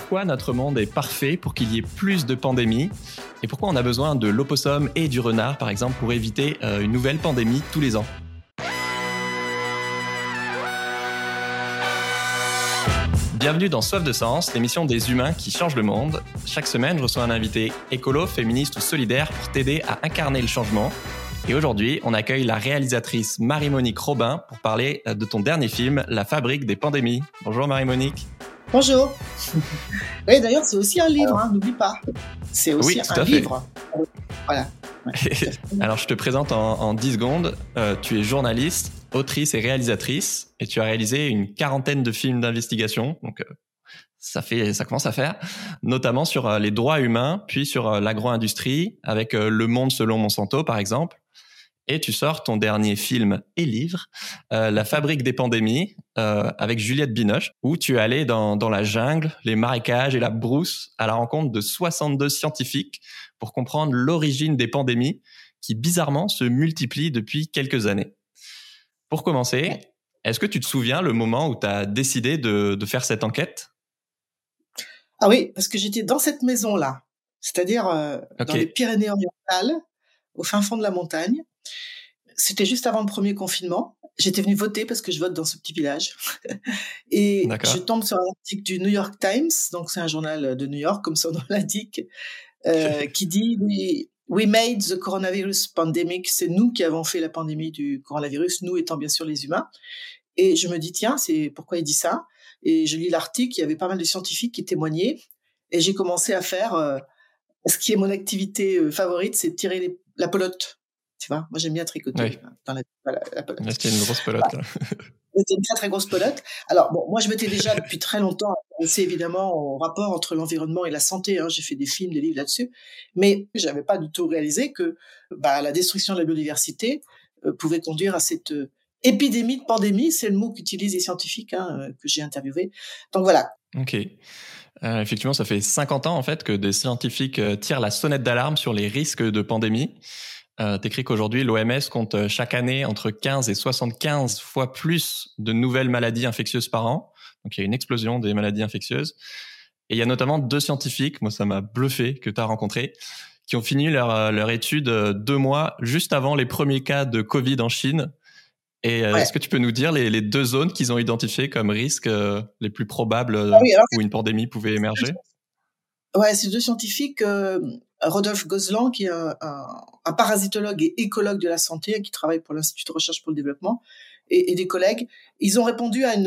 Pourquoi notre monde est parfait pour qu'il y ait plus de pandémies et pourquoi on a besoin de l'opossum et du renard, par exemple, pour éviter une nouvelle pandémie tous les ans. Bienvenue dans Soif de Sens, l'émission des humains qui changent le monde. Chaque semaine, je reçois un invité écolo, féministe ou solidaire pour t'aider à incarner le changement. Et aujourd'hui, on accueille la réalisatrice Marie-Monique Robin pour parler de ton dernier film, La Fabrique des pandémies. Bonjour Marie-Monique. Bonjour. Oui, d'ailleurs, c'est aussi un livre, n'oublie pas. C'est aussi un livre. Voilà. Ouais, alors, je te présente en 10 secondes. Tu es journaliste, autrice et réalisatrice, et tu as réalisé une quarantaine de films d'investigation. Donc, ça commence à faire, notamment sur les droits humains, puis sur l'agro-industrie, avec Le Monde selon Monsanto, par exemple. Et tu sors ton dernier film et livre, La Fabrique des pandémies, avec Juliette Binoche, où tu es allé dans la jungle, les marécages et la brousse à la rencontre de 62 scientifiques pour comprendre l'origine des pandémies qui, bizarrement, se multiplient depuis quelques années. Pour commencer, est-ce que tu te souviens le moment où tu as décidé de faire cette enquête ? Ah oui, parce que j'étais dans cette maison-là, c'est-à-dire dans les Pyrénées-Orientales, au fin fond de la montagne. C'était juste avant le premier confinement. J'étais venue voter parce que je vote dans ce petit village. Et je tombe sur un article du New York Times, donc c'est un journal de New York, comme son nom l'indique, qui dit « We made the coronavirus pandemic ». C'est nous qui avons fait la pandémie du coronavirus, nous étant bien sûr les humains. Et je me dis, tiens, c'est pourquoi il dit ça ? Et je lis l'article, il y avait pas mal de scientifiques qui témoignaient. Et j'ai commencé à faire ce qui est mon activité favorite, c'est de tirer la pelote. Tu vois, moi j'aime bien tricoter dans la pelote. C'était une grosse pelote. Voilà. C'était une très très grosse pelote. Alors bon, moi je m'étais déjà depuis très longtemps intéressée évidemment au rapport entre l'environnement et la santé. J'ai fait des films, des livres là-dessus, mais j'avais pas du tout réalisé que la destruction de la biodiversité pouvait conduire à cette épidémie de pandémie. C'est le mot qu'utilisent les scientifiques que j'ai interviewés. Donc voilà. Ok. Effectivement, ça fait 50 ans en fait que des scientifiques tirent la sonnette d'alarme sur les risques de pandémie. T'écris qu'aujourd'hui, l'OMS compte chaque année entre 15 et 75 fois plus de nouvelles maladies infectieuses par an. Donc, il y a une explosion des maladies infectieuses. Et il y a notamment 2 scientifiques, moi ça m'a bluffé, que tu as rencontrés, qui ont fini leur étude 2 mois juste avant les premiers cas de Covid en Chine. Et est-ce que tu peux nous dire les 2 zones qu'ils ont identifiées comme risques les plus probables où une pandémie pouvait émerger ? Ouais, ces 2 scientifiques, Rodolphe Gozlan, qui est un parasitologue et écologue de la santé, qui travaille pour l'Institut de recherche pour le développement, et des collègues, ils ont répondu à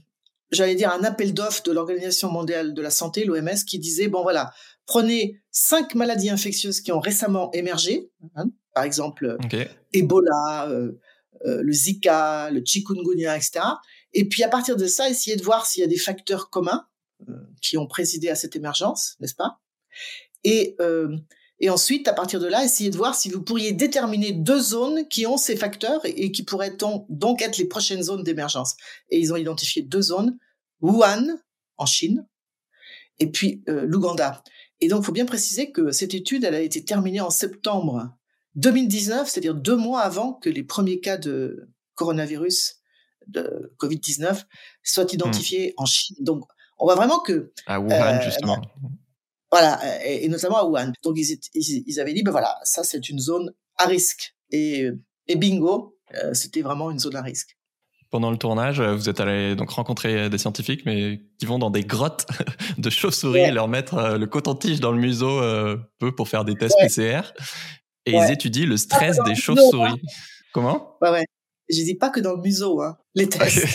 un appel d'offres de l'Organisation mondiale de la santé, l'OMS, qui disait, bon voilà, prenez 5 maladies infectieuses qui ont récemment émergé, par exemple Ebola, le Zika, le chikungunya, etc. Et puis à partir de ça, essayez de voir s'il y a des facteurs communs qui ont présidé à cette émergence, n'est-ce pas ? Et ensuite, à partir de là, essayez de voir si vous pourriez déterminer 2 zones qui ont ces facteurs et qui pourraient donc être les prochaines zones d'émergence. Et ils ont identifié 2 zones, Wuhan, en Chine, et puis l'Ouganda. Et donc, il faut bien préciser que cette étude, elle a été terminée en septembre 2019, c'est-à-dire 2 mois avant que les premiers cas de coronavirus, de Covid-19, soient identifiés en Chine. Donc, on voit vraiment que... À Wuhan, justement. Voilà, et notamment à Wuhan. Donc, ils avaient dit, voilà, ça, c'est une zone à risque. Et bingo, c'était vraiment une zone à risque. Pendant le tournage, vous êtes allé donc rencontrer des scientifiques, mais qui vont dans des grottes de chauves-souris, leur mettre le coton-tige dans le museau pour faire des tests PCR. Et ils étudient le stress des chauves-souris. Comment ? Ouais. Je dis pas que dans le museau, les tests.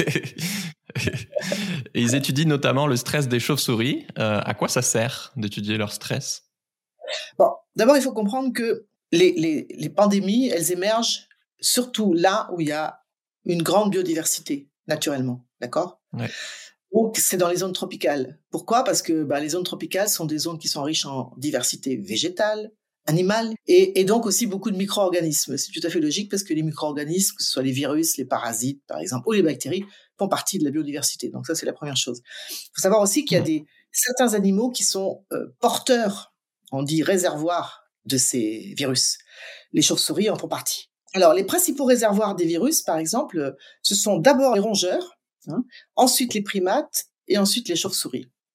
Et ils étudient notamment le stress des chauves-souris. À quoi ça sert d'étudier leur stress ? Bon, d'abord, il faut comprendre que les pandémies, elles émergent surtout là où il y a une grande biodiversité, naturellement, d'accord ? Donc, c'est dans les zones tropicales. Pourquoi ? Parce que les zones tropicales sont des zones qui sont riches en diversité végétale, animale, et donc aussi beaucoup de micro-organismes. C'est tout à fait logique parce que les micro-organismes, que ce soit les virus, les parasites, par exemple, ou les bactéries, font partie de la biodiversité. Donc ça, c'est la première chose. Il faut savoir aussi qu'il y a certains animaux qui sont porteurs, on dit réservoirs de ces virus. Les chauves-souris en font partie. Alors, les principaux réservoirs des virus, par exemple, ce sont d'abord les rongeurs, ensuite les primates et ensuite les chauves-souris.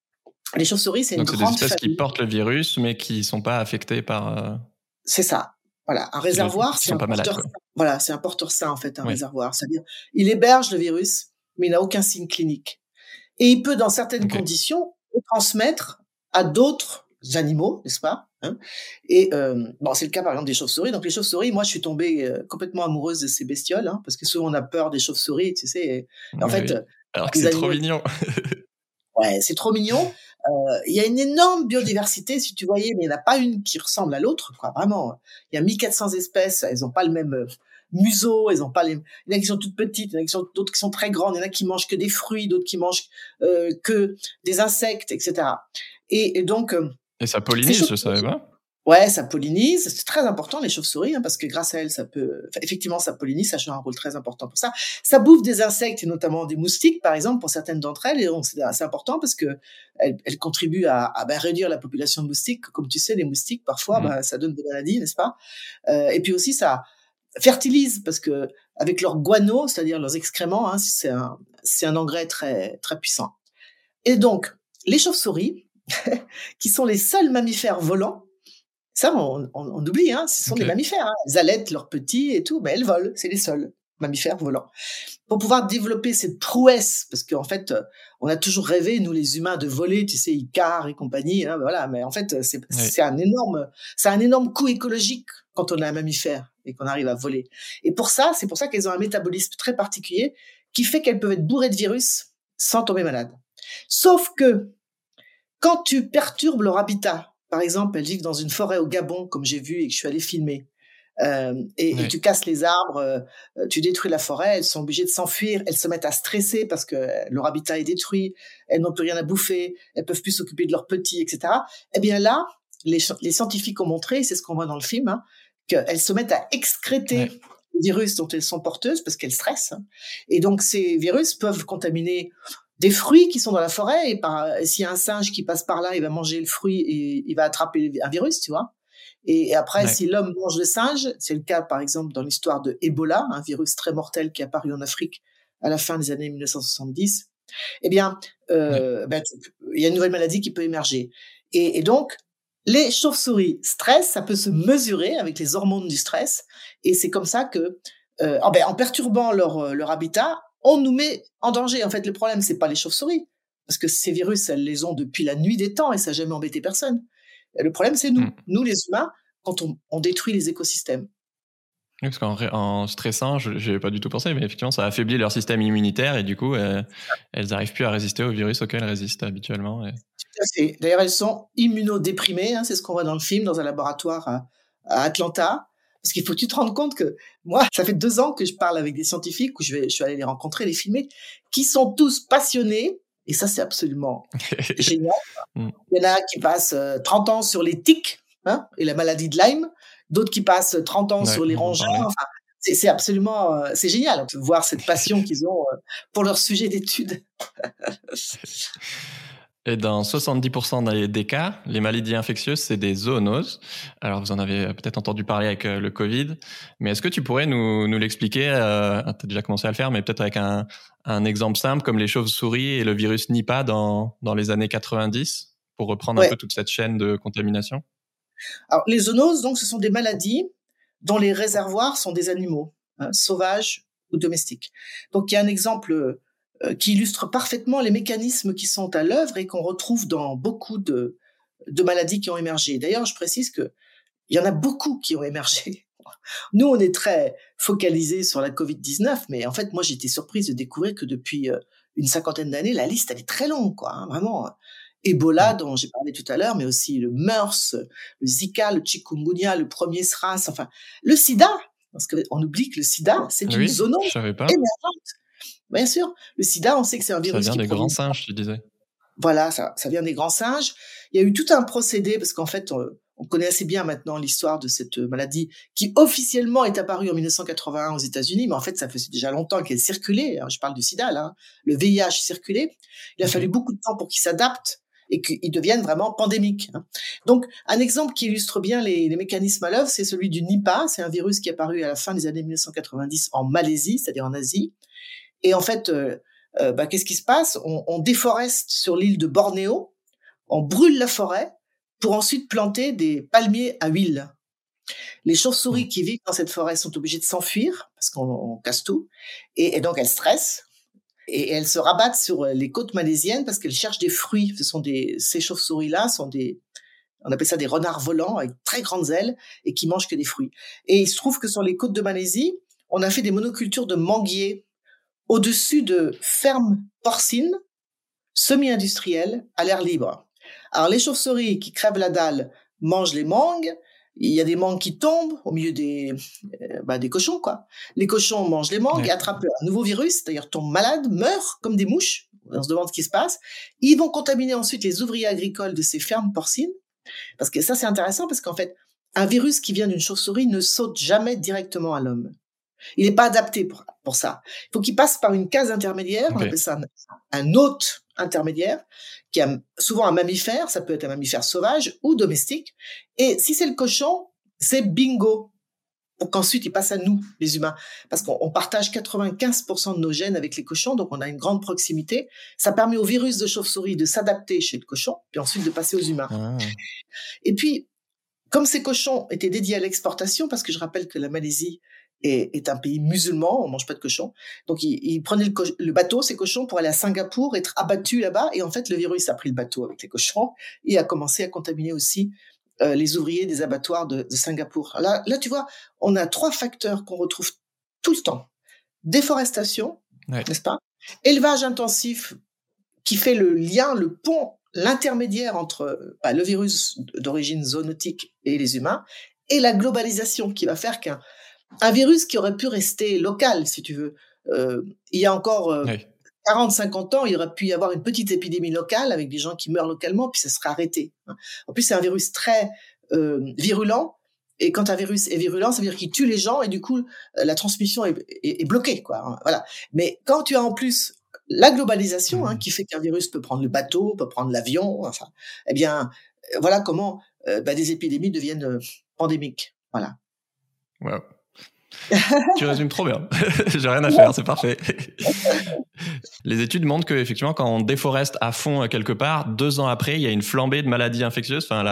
Les chauves-souris, c'est une Donc, c'est des grande espèces qui famille. portent le virus, mais qui sont pas affectées par, C'est ça. Voilà, un réservoir, qui c'est sont un pas malades, porteur quoi. sain. Voilà, c'est un porteur sain, en fait, un Oui. réservoir. C'est-à-dire, il héberge le virus, mais il n'a aucun signe clinique. Et il peut, dans certaines Ok. conditions, le transmettre à d'autres animaux, n'est-ce pas, hein? Et bon, c'est le cas, par exemple, des chauves-souris. Donc les chauves-souris, moi, je suis tombée, complètement amoureuse de ces bestioles, hein, parce que souvent on a peur des chauves-souris, tu sais? Et en Oui, fait, oui. Alors que les c'est trop animaux mignon. ouais, c'est trop mignon. Il y a une énorme biodiversité, si tu voyais, mais il y en a pas une qui ressemble à l'autre, quoi, vraiment. Il y a 1 400 espèces, elles ont pas le même, museau, elles ont pas les il y en a qui sont toutes petites, il y en a qui sont d'autres qui sont très grandes, il y en a qui mangent que des fruits, d'autres qui mangent, que des insectes et cetera. Et donc, Et ça ces pollinise, je savais chauves-souris pas. ouais, ça pollinise, c'est très important les chauves-souris, hein, parce que grâce à elles, ça peut enfin, effectivement, ça pollinise, ça joue un rôle très important pour ça. Ça bouffe des insectes et notamment des moustiques, par exemple, pour certaines d'entre elles, et donc c'est assez important parce qu'elles contribuent à réduire la population de moustiques. Comme tu sais, les moustiques, parfois, Mmh. ça donne des maladies, n'est-ce pas? Et puis aussi, ça fertilise parce qu'avec leurs guano, c'est-à-dire leurs excréments, hein, c'est un engrais très très puissant. Et donc, les chauves-souris, qui sont les seuls mammifères volants, ça, on oublie, hein, ce sont des OK. mammifères, hein. Elles allaitent leurs petits et tout, mais elles volent, c'est les seuls mammifères volants. Pour pouvoir développer cette prouesse, parce qu'en fait, on a toujours rêvé, nous les humains, de voler, tu sais, Icare et compagnie, hein, voilà, mais en fait, c'est Oui. c'est un énorme c'est un énorme coût écologique quand on est un mammifère et qu'on arrive à voler. Et pour ça, c'est pour ça qu'elles ont un métabolisme très particulier qui fait qu'elles peuvent être bourrées de virus sans tomber malades. Sauf que quand tu perturbes leur habitat, par exemple, elles vivent dans une forêt au Gabon, comme j'ai vu et que je suis allée filmer, et Oui. tu casses les arbres, tu détruis la forêt, elles sont obligées de s'enfuir, elles se mettent à stresser parce que leur habitat est détruit, elles n'ont plus rien à bouffer, elles peuvent plus s'occuper de leurs petits, etc. Eh bien là, les scientifiques ont montré, c'est ce qu'on voit dans le film, hein, qu'elles se mettent à excréter Ouais. les virus dont elles sont porteuses parce qu'elles stressent, hein. Et donc ces virus peuvent contaminer des fruits qui sont dans la forêt et s'il y a un singe qui passe par là, il va manger le fruit et il va attraper un virus, tu vois. Et après, Ouais. si l'homme mange le singe, c'est le cas par exemple dans l'histoire de Ebola, un virus très mortel qui est apparu en Afrique à la fin des années 1970. Eh bien, Ouais. il y a une nouvelle maladie qui peut émerger. Et donc, les chauves-souris stress, ça peut se mesurer avec les hormones du stress, et c'est comme ça que, en perturbant leur habitat, on nous met en danger. En fait, le problème, c'est pas les chauves-souris, parce que ces virus, elles les ont depuis la nuit des temps et ça n'a jamais embêté personne. Le problème, c'est Mmh. nous les humains, quand on détruit les écosystèmes. Oui, parce en stressant, j'y avais pas du tout pensé, mais effectivement, ça affaiblit leur système immunitaire et du coup, elles arrivent plus à résister aux virus auxquels elles résistent habituellement. Et... Tout à fait. D'ailleurs, elles sont immunodéprimées, hein, c'est ce qu'on voit dans le film, dans un laboratoire à Atlanta. Parce qu'il faut que tu te rendes compte que moi, ça fait 2 ans que je parle avec des scientifiques, où je suis allée les rencontrer, les filmer, qui sont tous passionnés, et ça, c'est absolument génial. Mmh. Il y en a qui passent 30 ans sur les tiques, hein, et la maladie de Lyme, d'autres qui passent 30 ans Ouais, sur les on en rongeurs. parlait. Enfin, c'est absolument, c'est génial de voir cette passion qu'ils ont pour leur sujet d'étude. Et dans 70% des cas, les maladies infectieuses, c'est des zoonoses. Alors, vous en avez peut-être entendu parler avec le Covid, mais est-ce que tu pourrais nous l'expliquer? Tu as déjà commencé à le faire, mais peut-être avec un exemple simple, comme les chauves-souris et le virus Nipah dans les années 90, pour reprendre un Ouais. peu toute cette chaîne de contamination. Alors, les zoonoses, donc, ce sont des maladies dont les réservoirs sont des animaux, hein, sauvages ou domestiques. Donc, il y a un exemple qui illustre parfaitement les mécanismes qui sont à l'œuvre et qu'on retrouve dans beaucoup de maladies qui ont émergé. D'ailleurs, je précise que il y en a beaucoup qui ont émergé. Nous, on est très focalisés sur la Covid-19, mais en fait, moi, j'ai été surprise de découvrir que depuis une cinquantaine d'années, la liste, elle est très longue, quoi, hein, vraiment. Ebola, Mm. dont j'ai parlé tout à l'heure, mais aussi le MERS, le Zika, le chikungunya, le premier SRAS, enfin, le sida, parce qu'on oublie que le sida, c'est une Oui, je zoonose savais pas. émergente. Bien sûr, le sida, on sait que c'est un Ça virus vient qui des grands provient singes, tu disais. voilà, ça vient des grands singes. Il y a eu tout un procédé parce qu'en fait, on connaît assez bien maintenant l'histoire de cette maladie qui officiellement est apparue en 1981 aux États-Unis, mais en fait, ça faisait déjà longtemps qu'elle circulait, hein. Je parle du sida, là, hein. Le VIH circulait. Il a fallu Ok. beaucoup de temps pour qu'il s'adapte et qu'il devienne vraiment pandémique, hein. Donc, un exemple qui illustre bien les mécanismes à l'œuvre, c'est celui du Nipah. C'est un virus qui est apparu à la fin des années 1990 en Malaisie, c'est-à-dire en Asie. Et en fait, qu'est-ce qui se passe? On déforeste sur l'île de Bornéo. on brûle la forêt pour ensuite planter des palmiers à huile. Les chauves-souris qui vivent dans cette forêt sont obligées de s'enfuir parce qu'on casse tout. Et donc, elles stressent. Et elles se rabattent sur les côtes malaisiennes parce qu'elles cherchent des fruits. Ces chauves-souris-là on appelle ça des renards volants avec très grandes ailes et qui mangent que des fruits. Et il se trouve que sur les côtes de Malaisie, on a fait des monocultures de manguiers au-dessus de fermes porcines semi-industrielles à l'air libre. Alors, les chauves-souris qui crèvent la dalle mangent les mangues. Il y a des mangues qui tombent au milieu des cochons, quoi. Les cochons mangent les mangues et attrapent un nouveau virus, c'est-à-dire tombent malades, meurent comme des mouches. On se demande ce qui se passe. Ils vont contaminer ensuite les ouvriers agricoles de ces fermes porcines. Parce que ça, c'est intéressant parce qu'en fait, un virus qui vient d'une chauve-souris ne saute jamais directement à l'homme. Il n'est pas adapté pour ça. Il faut qu'il passe par une case intermédiaire, on appelle ça un hôte intermédiaire, qui est souvent un mammifère, ça peut être un mammifère sauvage ou domestique. Et si c'est le cochon, c'est bingo, pour qu'ensuite il passe à nous, les humains. Parce qu'on partage 95% de nos gènes avec les cochons, donc on a une grande proximité. Ça permet au virus de chauve-souris de s'adapter chez le cochon, puis ensuite de passer aux humains. Et puis, comme ces cochons étaient dédiés à l'exportation, parce que je rappelle que la Malaisie est un pays musulman, on mange pas de cochons. Donc, ils prenaient le bateau, ces cochons, pour aller à Singapour, être abattus là-bas. Et en fait, le virus a pris le bateau avec les cochons et a commencé à contaminer aussi les ouvriers des abattoirs de Singapour. Là, tu vois, on a 3 facteurs qu'on retrouve tout le temps. Déforestation, n'est-ce pas? Élevage intensif qui fait le lien, le pont, l'intermédiaire entre le virus d'origine zoonotique et les humains, et la globalisation qui va faire qu'un virus qui aurait pu rester local, si tu veux. Il y a encore 40-50 ans, il aurait pu y avoir une petite épidémie locale avec des gens qui meurent localement, puis ça serait arrêté. En plus, c'est un virus très virulent, et quand un virus est virulent, ça veut dire qu'il tue les gens, et du coup, la transmission est bloquée, quoi. Voilà. Mais quand tu as en plus la globalisation, qui fait qu'un virus peut prendre le bateau, peut prendre l'avion, enfin, eh bien, voilà comment des épidémies deviennent pandémiques. Voilà. Wow. Tu résumes trop bien. J'ai rien à faire, c'est parfait. Les études montrent que effectivement, quand on déforeste à fond quelque part, 2 ans après, il y a une flambée de maladies infectieuses. Enfin,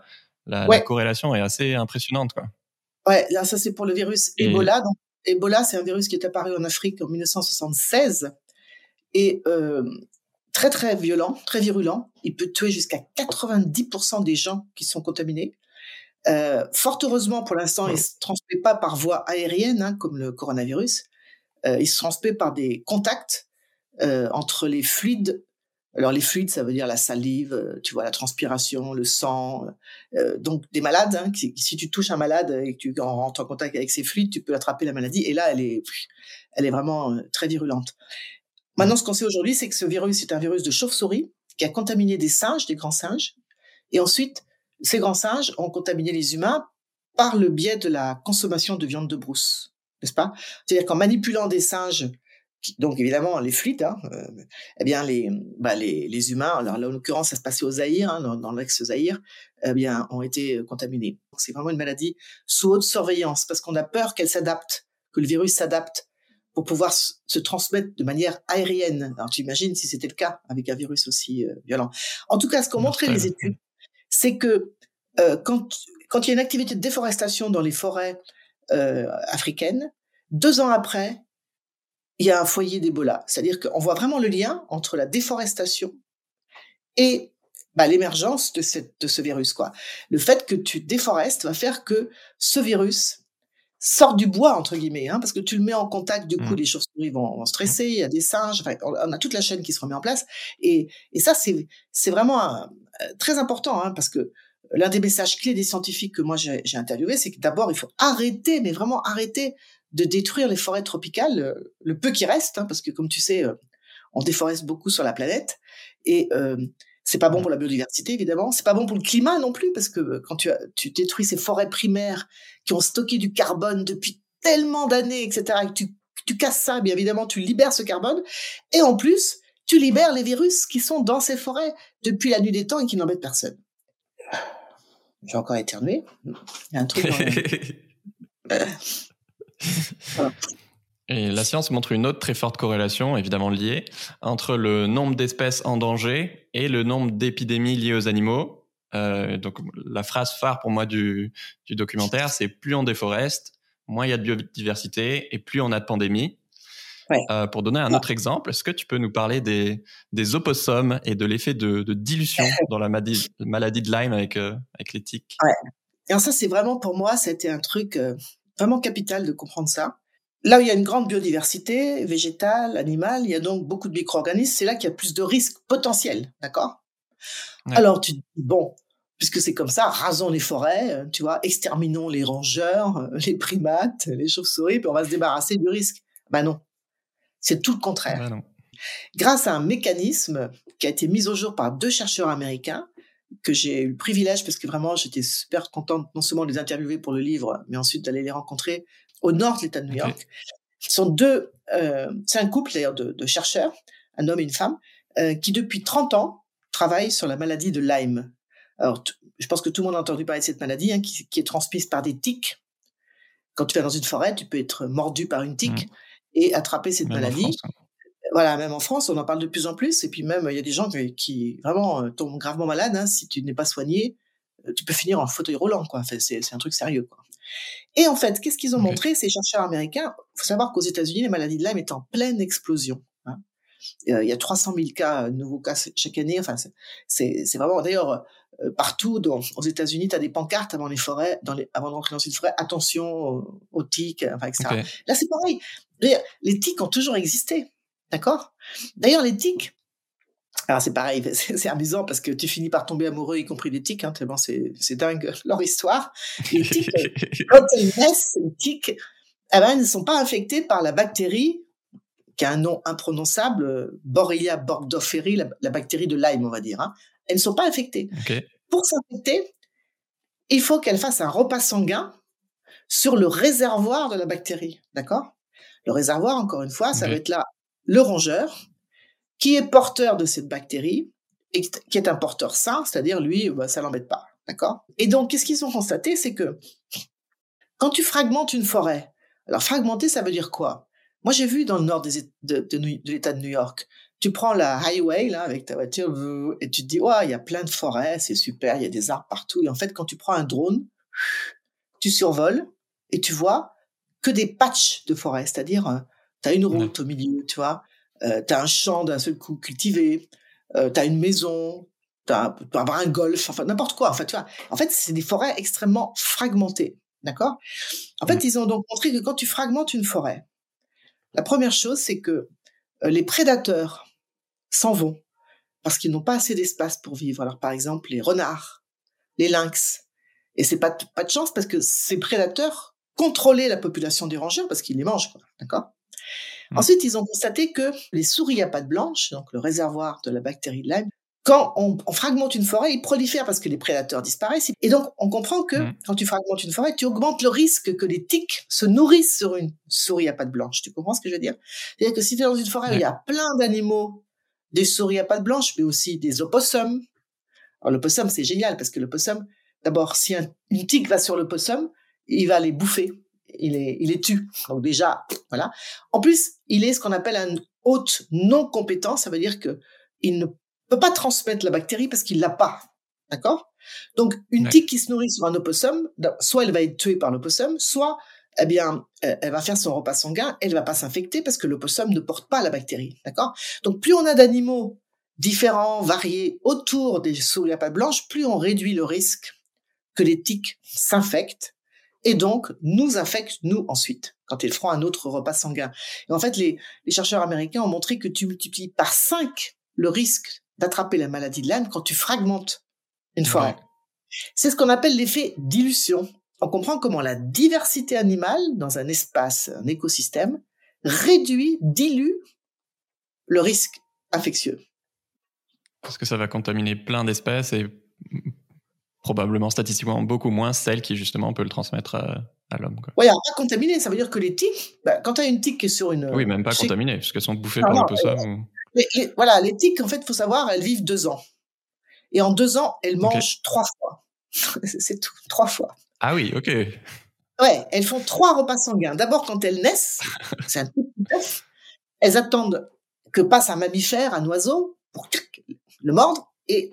la corrélation est assez impressionnante, quoi. Ouais, là, ça c'est pour le virus Ebola. Donc, Ebola, c'est un virus qui est apparu en Afrique en 1976 et très très violent, très virulent. Il peut tuer jusqu'à 90% des gens qui sont contaminés. Fort heureusement, pour l'instant, il ne se transmet pas par voie aérienne, comme le coronavirus. Il se transmet par des contacts entre les fluides. Alors, les fluides, ça veut dire la salive, tu vois, la transpiration, le sang. Donc, des malades, si tu touches un malade et que tu rentres en contact avec ces fluides, tu peux attraper la maladie. Et là, elle est vraiment très virulente. Maintenant, ce qu'on sait aujourd'hui, c'est que ce virus est un virus de chauve-souris qui a contaminé des singes, des grands singes. Et ensuite, ces grands singes ont contaminé les humains par le biais de la consommation de viande de brousse, n'est-ce pas? C'est-à-dire qu'en manipulant des singes, donc évidemment les fluides, eh bien les humains, alors là en l'occurrence ça se passait au Zaïre, dans l'ex-Zaïre, eh bien ont été contaminés. Donc, c'est vraiment une maladie sous haute surveillance parce qu'on a peur qu'elle s'adapte, que le virus s'adapte pour pouvoir se transmettre de manière aérienne. Alors tu imagines si c'était le cas avec un virus aussi violent. En tout cas, ce qu'ont montré les études, c'est que quand il y a une activité de déforestation dans les forêts africaines, 2 ans après, il y a un foyer d'Ebola. C'est-à-dire qu'on voit vraiment le lien entre la déforestation et l'émergence de ce virus, quoi. Le fait que tu déforestes va faire que ce virus sorte du bois, entre guillemets, parce que tu le mets en contact, du coup, les chauves-souris vont stresser, il y a des singes, enfin, on a toute la chaîne qui se remet en place. Et ça, c'est vraiment très important, parce que l'un des messages clés des scientifiques que moi j'ai interviewés, c'est que d'abord, il faut arrêter, mais vraiment arrêter de détruire les forêts tropicales, le peu qui reste, parce que comme tu sais, on déforeste beaucoup sur la planète, et c'est pas bon pour la biodiversité, évidemment. C'est pas bon pour le climat non plus, parce que quand tu détruis ces forêts primaires qui ont stocké du carbone depuis tellement d'années, etc., et que tu casses ça, bien évidemment, tu libères ce carbone. Et en plus, tu libères les virus qui sont dans ces forêts depuis la nuit des temps et qui n'embêtent personne. J'ai encore éternué. Il y a un truc dans voilà. Et la science montre une autre très forte corrélation, évidemment liée, entre le nombre d'espèces en danger et le nombre d'épidémies liées aux animaux. Donc la phrase phare pour moi du documentaire, c'est plus on déforeste, moins il y a de biodiversité et plus on a de pandémies. Ouais. Pour donner un autre exemple, est-ce que tu peux nous parler des opossums et de l'effet de dilution dans la maladie de Lyme avec les tiques? Ouais. Et alors ça, c'est vraiment, pour moi, c'était un truc vraiment capital de comprendre ça. Là où il y a une grande biodiversité végétale, animale, il y a donc beaucoup de micro-organismes, c'est là qu'il y a plus de risques potentiels, d'accord? Ouais. Alors tu te dis, bon, puisque c'est comme ça, rasons les forêts, tu vois, exterminons les rongeurs, les primates, les chauves-souris, puis on va se débarrasser du risque. Ben non, c'est tout le contraire. Ben non. Grâce à un mécanisme qui a été mis au jour par 2 chercheurs américains, que j'ai eu le privilège, parce que vraiment j'étais super contente non seulement de les interviewer pour le livre, mais ensuite d'aller les rencontrer au nord de l'État de New York. Ce sont deux, c'est un couple d'ailleurs de chercheurs, un homme et une femme, qui depuis 30 ans travaillent sur la maladie de Lyme. Alors, je pense que tout le monde a entendu parler de cette maladie, hein, qui est transmise par des tiques. Quand tu vas dans une forêt, tu peux être mordu par une tique et attraper cette Même maladie. en France, hein. Voilà, même en France, on en parle de plus en plus. Et puis même, il y a des gens qui vraiment tombent gravement malades. Hein, si tu n'es pas soigné, tu peux finir en fauteuil roulant, quoi. Enfin, c'est un truc sérieux, quoi. Et en fait, qu'est-ce qu'ils ont montré, ces chercheurs américains? Il faut savoir qu'aux États-Unis, les maladies de Lyme est en pleine explosion. Hein. Il y a 300 000 cas, nouveaux cas chaque année. Enfin, c'est vraiment, d'ailleurs, partout aux États-Unis, tu as des pancartes avant les forêts, avant d'entrer dans une forêt, attention aux tiques, enfin, etc. Là, c'est pareil. Les tiques ont toujours existé. D'accord? D'ailleurs, les tiques, alors c'est pareil, c'est amusant parce que tu finis par tomber amoureux, y compris des tiques, hein, tellement c'est dingue leur histoire. Les tiques, quand elles naissent, les tiques, elles ne sont pas infectées par la bactérie qui a un nom imprononçable, Borrelia burgdorferi, la bactérie de Lyme, on va dire. Hein. Elles ne sont pas infectées. Pour s'infecter, il faut qu'elles fassent un repas sanguin sur le réservoir de la bactérie. D'accord? Le réservoir, encore une fois, ça va être là le rongeur, qui est porteur de cette bactérie, et qui est un porteur sain, c'est-à-dire lui, ça l'embête pas, d'accord? Et donc, qu'est-ce qu'ils ont constaté, c'est que quand tu fragmentes une forêt, alors fragmenter, ça veut dire quoi? Moi, j'ai vu dans le nord de l'État de New York, tu prends la highway là avec ta voiture et tu te dis, ouais, il y a plein de forêts, c'est super, il y a des arbres partout. Et en fait, quand tu prends un drone, tu survoles et tu vois que des patchs de forêt, c'est-à-dire tu as une route au milieu, tu vois. T'as un champ d'un seul coup cultivé, t'as une maison, tu peux avoir un golf, enfin n'importe quoi. Enfin, tu vois. En fait, c'est des forêts extrêmement fragmentées, d'accord? En fait, ils ont donc montré que quand tu fragmentes une forêt, la première chose, c'est que les prédateurs s'en vont parce qu'ils n'ont pas assez d'espace pour vivre. Alors, par exemple, les renards, les lynx, et c'est pas de chance parce que ces prédateurs contrôlaient la population des rongeurs parce qu'ils les mangent, quoi, d'accord? Ensuite, ils ont constaté que les souris à pattes blanches, donc le réservoir de la bactérie de Lyme, quand on fragmente une forêt, ils prolifèrent parce que les prédateurs disparaissent. Et donc, on comprend que quand tu fragmentes une forêt, tu augmentes le risque que les tiques se nourrissent sur une souris à pattes blanches. Tu comprends ce que je veux dire? C'est-à-dire que si tu es dans une forêt où il y a plein d'animaux, des souris à pattes blanches, mais aussi des opossums. Alors, l'opossum, c'est génial parce que l'opossum, d'abord, si une tique va sur l'opossum, il va les bouffer. Il les tue. Donc déjà, voilà. En plus, il est ce qu'on appelle un hôte non compétent. Ça veut dire que il ne peut pas transmettre la bactérie parce qu'il l'a pas. D'accord? Donc, une tique qui se nourrit sur un opossum, soit elle va être tuée par l'opossum, soit, eh bien, elle va faire son repas sanguin, elle va pas s'infecter parce que l'opossum ne porte pas la bactérie. D'accord? Donc, plus on a d'animaux différents, variés, autour des souris à pattes blanches, plus on réduit le risque que les tiques s'infectent et donc nous infectent, nous, ensuite, quand ils feront un autre repas sanguin. Et en fait, les chercheurs américains ont montré que tu multiplies par 5 le risque d'attraper la maladie de Lyme quand tu fragmentes une forêt. C'est ce qu'on appelle l'effet dilution. On comprend comment la diversité animale dans un espace, un écosystème, dilue le risque infectieux. Parce que ça va contaminer plein d'espèces et probablement statistiquement beaucoup moins celles qui justement peut le transmettre à l'homme. Oui, alors pas contaminé, ça veut dire que les tiques, quand tu as une tique qui est sur une... Oui, même pas contaminées, parce qu'elles sont bouffées par l'opossum. Voilà, les tiques, en fait, il faut savoir, elles vivent 2 ans. Et en 2 ans, elles mangent 3 fois. C'est tout, 3 fois. Ah oui, ok. Ouais, elles font 3 repas sanguins. D'abord, quand elles naissent, c'est un tout petit œuf, elles attendent que passe un mammifère, un oiseau, pour le mordre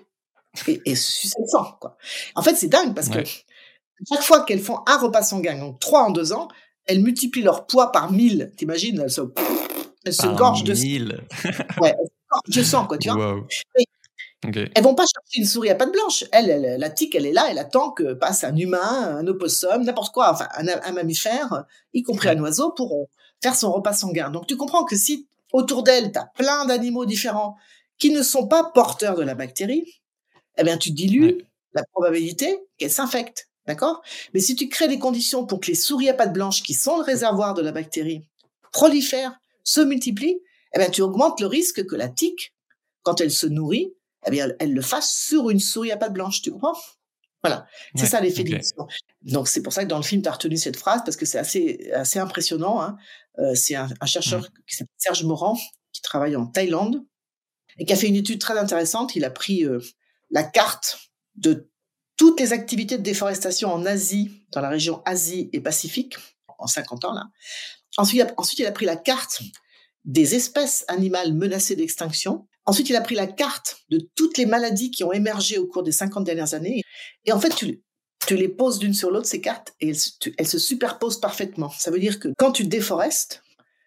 et sucer le sang, quoi. En fait, c'est dingue parce que Ouais. chaque fois qu'elles font un repas sanguin, donc 3 en 2 ans, elles multiplient leur poids par 1000. Tu imagines? Elles se Par gorgent de sang. 1000. Ouais, elles se gorgent de sang, quoi, tu vois? Waouh. Et OK. elles vont pas chercher une souris à pattes blanches. La tique, elle est là, elle attend que passe un humain, un opossum, n'importe quoi, enfin un mammifère, y compris un Ouais. oiseau, pour faire son repas sanguin. Donc tu comprends que si autour d'elle, tu as plein d'animaux différents qui ne sont pas porteurs de la bactérie, eh bien, tu Ouais. dilues la probabilité qu'elle s'infecte. D'accord? Mais si tu crées les conditions pour que les souris à pattes blanches, qui sont le réservoir de la bactérie, prolifèrent, se multiplient, eh bien, tu augmentes le risque que la tique, quand elle se nourrit, eh bien, elle le fasse sur une souris à pattes blanches. Tu comprends? Voilà. C'est Ouais. ça l'effet OK. d'inhibition. Donc, c'est pour ça que dans le film, tu as retenu cette phrase parce que c'est assez impressionnant, hein. C'est un Mmh. chercheur qui s'appelle Serge Morand, qui travaille en Thaïlande et qui a fait une étude très intéressante. Il a pris la carte de toutes les activités de déforestation en Asie, dans la région Asie et Pacifique, en 50 ans là. Ensuite, il a pris la carte des espèces animales menacées d'extinction. Ensuite, il a pris la carte de toutes les maladies qui ont émergé au cours des 50 dernières années. Et en fait, tu les poses l'une sur l'autre, ces cartes, et elles se superposent parfaitement. Ça veut dire que quand tu déforestes,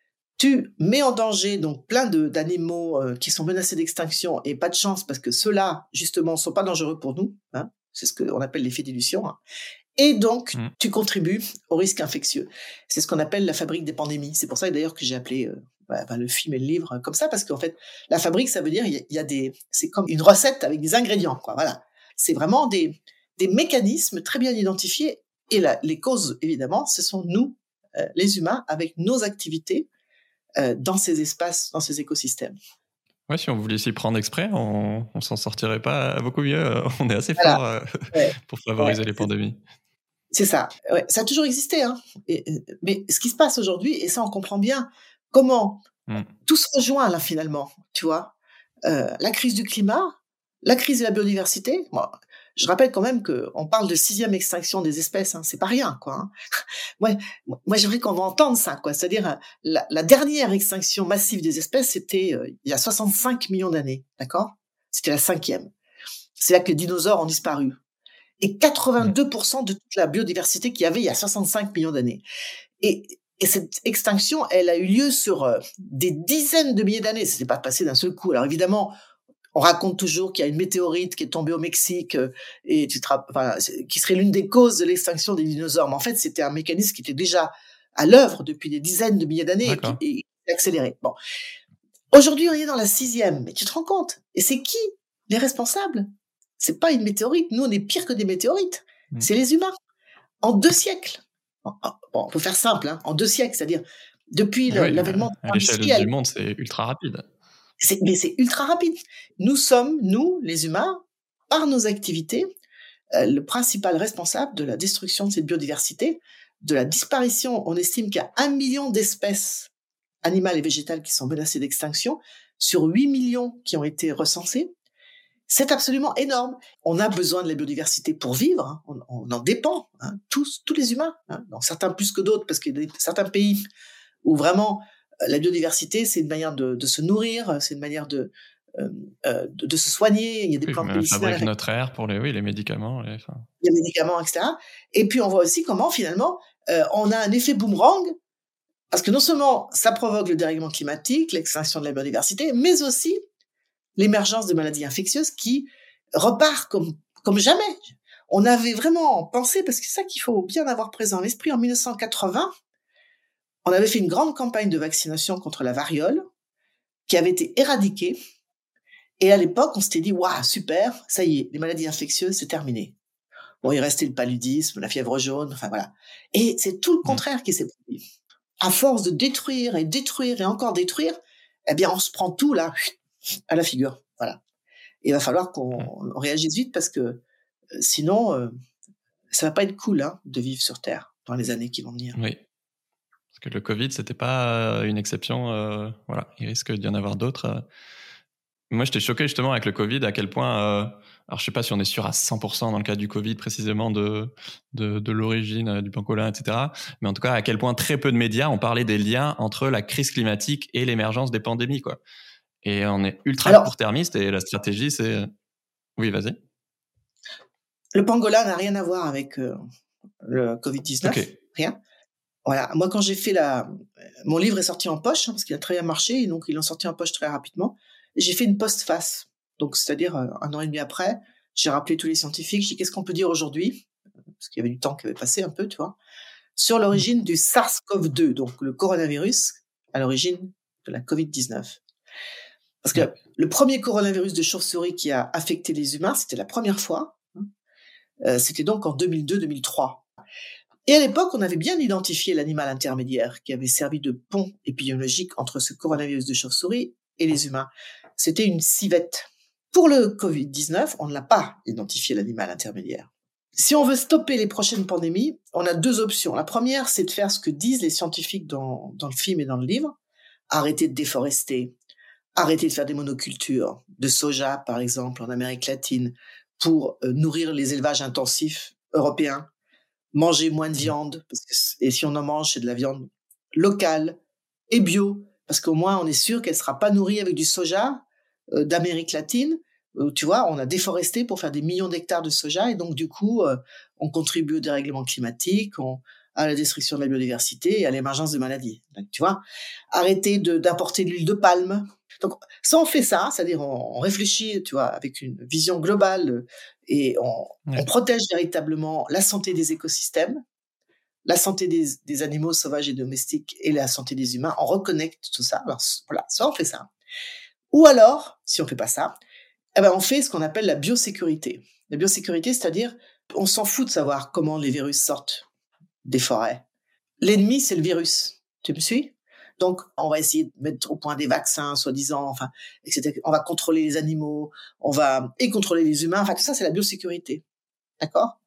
tu mets en danger donc plein d'animaux qui sont menacés d'extinction et pas de chance parce que ceux-là, justement, sont pas dangereux pour nous. Hein. C'est ce qu'on appelle l'effet dilution. Hein. Et donc, Mmh. tu contribues au risque infectieux. C'est ce qu'on appelle la fabrique des pandémies. C'est pour ça d'ailleurs que j'ai appelé le film et le livre comme ça, parce qu'en fait, la fabrique, ça veut dire c'est comme une recette avec des ingrédients, quoi. Voilà. C'est vraiment des mécanismes très bien identifiés. Et les causes, évidemment, ce sont nous, les humains, avec nos activités dans ces espaces, dans ces écosystèmes. Ouais, si on voulait s'y prendre exprès, on s'en sortirait pas beaucoup mieux. On est assez Voilà. fort Ouais, pour ouais, favoriser les pandémies. c'est ça. Ouais, ça a toujours existé, hein. Mais ce qui se passe aujourd'hui, et ça on comprend bien, comment Mmh. tout se rejoint là finalement, tu vois. La crise du climat, la crise de la biodiversité. Moi, je rappelle quand même qu'on parle de 6e extinction des espèces, hein, c'est pas rien, quoi. Hein. Ouais, moi j'aimerais qu'on entende ça, quoi. C'est-à-dire la dernière extinction massive des espèces, c'était il y a 65 millions d'années, d'accord? C'était la 5e. C'est là que les dinosaures ont disparu. Et Mmh. 82% de toute la biodiversité qu'il y avait il y a 65 millions d'années. Et cette extinction, elle a eu lieu sur des dizaines de milliers d'années. Ça s'est pas passé d'un seul coup. Alors évidemment, on raconte toujours qu'il y a une météorite qui est tombée au Mexique et qui serait l'une des causes de l'extinction des dinosaures. Mais en fait, c'était un mécanisme qui était déjà à l'œuvre depuis des dizaines de milliers d'années D'accord. et qui s'est accéléré. Bon, aujourd'hui, on est dans la 6e. Mais tu te rends compte? Et c'est qui les responsables? C'est pas une météorite. Nous, on est pire que des météorites. Mmh. C'est les humains. En 2 siècles. Bon, on peut faire simple, hein, en 2 siècles, c'est-à-dire depuis Et oui, l'avènement de à l'échelle l'industriel. du monde, c'est ultra rapide. Mais c'est ultra rapide. Nous sommes, nous, les humains, par nos activités, le principal responsable de la destruction de cette biodiversité, de la disparition. On estime qu'il y a 1 million d'espèces animales et végétales qui sont menacées d'extinction sur 8 millions qui ont été recensées. C'est absolument énorme. On a besoin de la biodiversité pour vivre, hein. On en dépend, hein, tous les humains, hein. Donc certains plus que d'autres, parce qu'il y a certains pays où vraiment la biodiversité, c'est une manière de se nourrir, c'est une manière de se soigner. Il y a des Oui, plantes même médicinales fabrique avec notre air pour les médicaments. Enfin, des médicaments, etc. Et puis on voit aussi comment finalement on a un effet boomerang, parce que non seulement ça provoque le dérèglement climatique, l'extinction de la biodiversité, mais aussi l'émergence de maladies infectieuses qui repart comme jamais. On avait vraiment pensé, parce que c'est ça qu'il faut bien avoir présent à l'esprit, en 1980, on avait fait une grande campagne de vaccination contre la variole qui avait été éradiquée. Et à l'époque, on s'était dit, waouh, super, ça y est, les maladies infectieuses, c'est terminé. Bon, il restait le paludisme, la fièvre jaune, enfin voilà. Et c'est tout le mmh. contraire qui s'est produit. À force de détruire et détruire et encore détruire, eh bien, on se prend tout là, à la figure. Voilà. Et il va falloir Mmh. qu'on réagisse vite parce que sinon, ça va pas être cool hein, de vivre sur Terre dans les années qui vont venir. Oui. Parce que le Covid, c'était pas une exception. Voilà, il risque d'y en avoir d'autres. Moi, j'étais choqué justement avec le Covid, à quel point, alors je sais pas si on est sûr à 100% dans le cas du Covid précisément de l'origine du pangolin, etc. Mais en tout cas, à quel point très peu de médias ont parlé des liens entre la crise climatique et l'émergence des pandémies, quoi. Et on est ultra Alors, court-termiste et la stratégie, c'est... Oui, vas-y. le pangolin n'a rien à voir avec le Ok. Covid-19, rien. Voilà. Moi, quand j'ai fait mon livre est sorti en poche, parce qu'il a très bien marché, et donc ils l'ont sorti en poche très rapidement. Et j'ai fait une postface. Donc, c'est-à-dire 1 an et demi après, j'ai rappelé tous les scientifiques, j'ai dit qu'est-ce qu'on peut dire aujourd'hui, parce qu'il y avait du temps qui avait passé un peu, tu vois, sur l'origine du SARS-CoV-2, donc le coronavirus à l'origine de la Covid-19. Parce que Ouais. le premier coronavirus de chauve-souris qui a affecté les humains, c'était la première fois. C'était donc en 2002-2003. Et à l'époque, on avait bien identifié l'animal intermédiaire qui avait servi de pont épidémiologique entre ce coronavirus de chauve-souris et les humains. C'était une civette. Pour le Covid-19, on ne l'a pas identifié l'animal intermédiaire. Si on veut stopper les prochaines pandémies, on a 2 options. La première, c'est de faire ce que disent les scientifiques dans le film et dans le livre. Arrêter de déforester, arrêter de faire des monocultures, de soja par exemple en Amérique latine, pour nourrir les élevages intensifs européens, manger moins de viande, et si on en mange, c'est de la viande locale et bio, parce qu'au moins on est sûr qu'elle sera pas nourrie avec du soja d'Amérique latine. Tu vois, on a déforesté pour faire des millions d'hectares de soja, et donc du coup, on contribue au dérèglement climatique, à la destruction de la biodiversité et à l'émergence de maladies. Donc, tu vois, arrêter d'importer de l'huile de palme. Donc, ça, on fait ça, c'est-à-dire on réfléchit, tu vois, avec une vision globale, et on protège véritablement la santé des écosystèmes, la santé des animaux sauvages et domestiques et la santé des humains. On reconnecte tout ça. Alors, voilà, ça, on fait ça. Ou alors, si on fait pas ça, eh ben, on fait ce qu'on appelle la biosécurité. La biosécurité, c'est-à-dire, on s'en fout de savoir comment les virus sortent des forêts. L'ennemi, c'est le virus. Tu me suis? Donc, on va essayer de mettre au point des vaccins, soi-disant, enfin, etc. On va contrôler les animaux, et contrôler les humains. Enfin, tout ça, c'est la biosécurité. D'accord?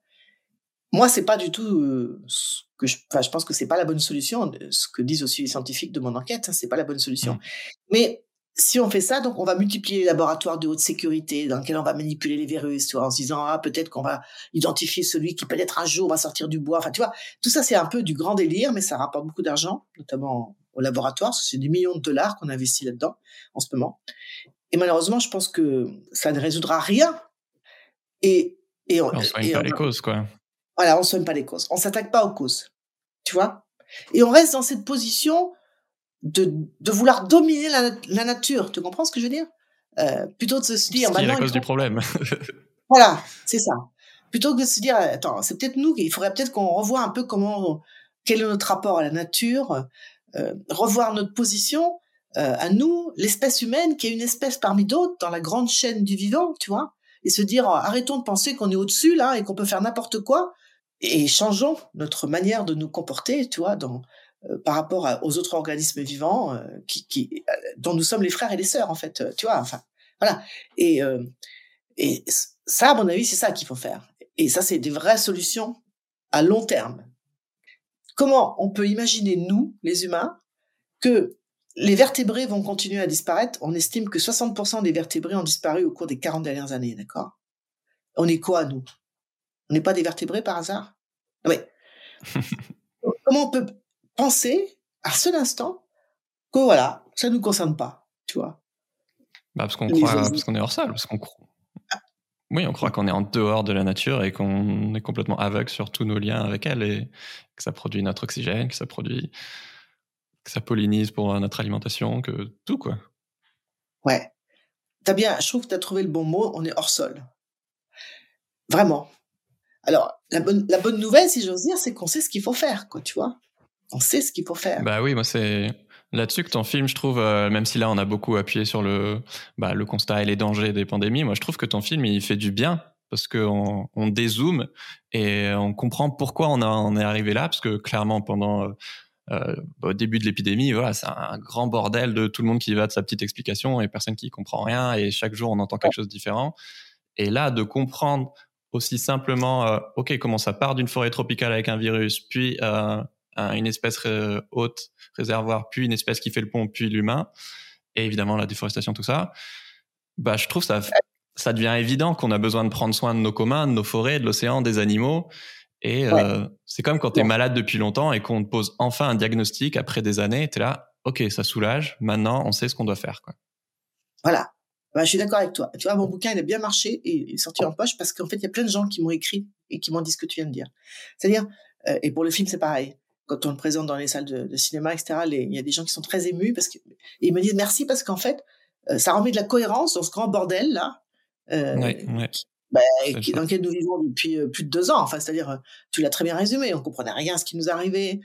Moi, c'est pas du tout je pense que c'est pas la bonne solution. Ce que disent aussi les scientifiques de mon enquête, c'est pas la bonne solution. Mais si on fait ça, donc on va multiplier les laboratoires de haute sécurité dans lesquels on va manipuler les virus, tu vois, en se disant peut-être qu'on va identifier celui qui peut-être un jour va sortir du bois. Enfin, tu vois, tout ça c'est un peu du grand délire, mais ça rapporte beaucoup d'argent, notamment au laboratoire. Parce que c'est des millions de dollars qu'on investit là-dedans en ce moment. Et malheureusement, je pense que ça ne résoudra rien. On soigne pas les causes, quoi. Voilà, on soigne pas les causes. On s'attaque pas aux causes. Tu vois? Et on reste dans cette position de vouloir dominer la nature. Tu comprends ce que je veux dire? Plutôt de se dire, Ce qui est la non, cause du problème. voilà, c'est ça. Plutôt que de se dire, attends, c'est peut-être nous, il faudrait peut-être qu'on revoie un peu quel est notre rapport à la nature, revoir notre position, à nous, l'espèce humaine, qui est une espèce parmi d'autres dans la grande chaîne du vivant, tu vois? Et se dire, arrêtons de penser qu'on est au-dessus, là, et qu'on peut faire n'importe quoi, et changeons notre manière de nous comporter, tu vois, par rapport aux autres organismes vivants, dont nous sommes les frères et les sœurs, en fait, tu vois, enfin, voilà. Et, et ça, à mon avis, c'est ça qu'il faut faire. Et ça, c'est des vraies solutions à long terme. Comment on peut imaginer, nous, les humains, que les vertébrés vont continuer à disparaître? On estime que 60% des vertébrés ont disparu au cours des 40 dernières années, d'accord? On est quoi, nous? On n'est pas des vertébrés par hasard? Oui. Comment on peut penser, à seul instant, que voilà, ça ne nous concerne pas, tu vois? Parce qu'on Les croit, oiseaux. parce qu'on est hors sol, oui, on croit qu'on est en dehors de la nature et qu'on est complètement aveugle sur tous nos liens avec elle et que ça produit notre oxygène, que ça pollinise pour notre alimentation, que tout, quoi. Ouais. Je trouve que tu as trouvé le bon mot, on est hors sol. Vraiment. Alors, la bonne nouvelle, si j'ose dire, c'est qu'on sait ce qu'il faut faire, quoi, tu vois? On sait ce qu'il faut faire. Bah oui, moi c'est là-dessus que ton film, je trouve, même si là on a beaucoup appuyé sur le constat et les dangers des pandémies, moi je trouve que ton film il fait du bien parce qu'on dézoome et on comprend pourquoi on est arrivé là, parce que clairement pendant au début de l'épidémie, voilà, c'est un grand bordel de tout le monde qui va de sa petite explication et personne qui comprend rien et chaque jour on entend quelque chose de différent. Et là, de comprendre aussi simplement, ok, comment ça part d'une forêt tropicale avec un virus, puis une espèce haute réservoir, puis une espèce qui fait le pont, puis l'humain, et évidemment la déforestation, tout ça. Bah, je trouve ça devient évident qu'on a besoin de prendre soin de nos communs, de nos forêts, de l'océan, des animaux. Et c'est comme quand tu es malade depuis longtemps et qu'on te pose enfin un diagnostic après des années. Tu es là, ok, ça soulage. Maintenant, on sait ce qu'on doit faire, quoi. Voilà. Bah, je suis d'accord avec toi. Tu vois, mon bouquin, il a bien marché et il est sorti en poche parce qu'en fait, il y a plein de gens qui m'ont écrit et qui m'ont dit ce que tu viens de dire. C'est-à-dire, et pour le film, c'est pareil. Quand on le présente dans les salles de cinéma, etc., il y a des gens qui sont très émus parce que, et ils me disent merci parce qu'en fait, ça remet de la cohérence dans ce grand bordel, là, Ouais. dans lequel nous vivons depuis plus de 2 ans. Enfin, c'est-à-dire, tu l'as très bien résumé, on comprenait rien à ce qui nous arrivait.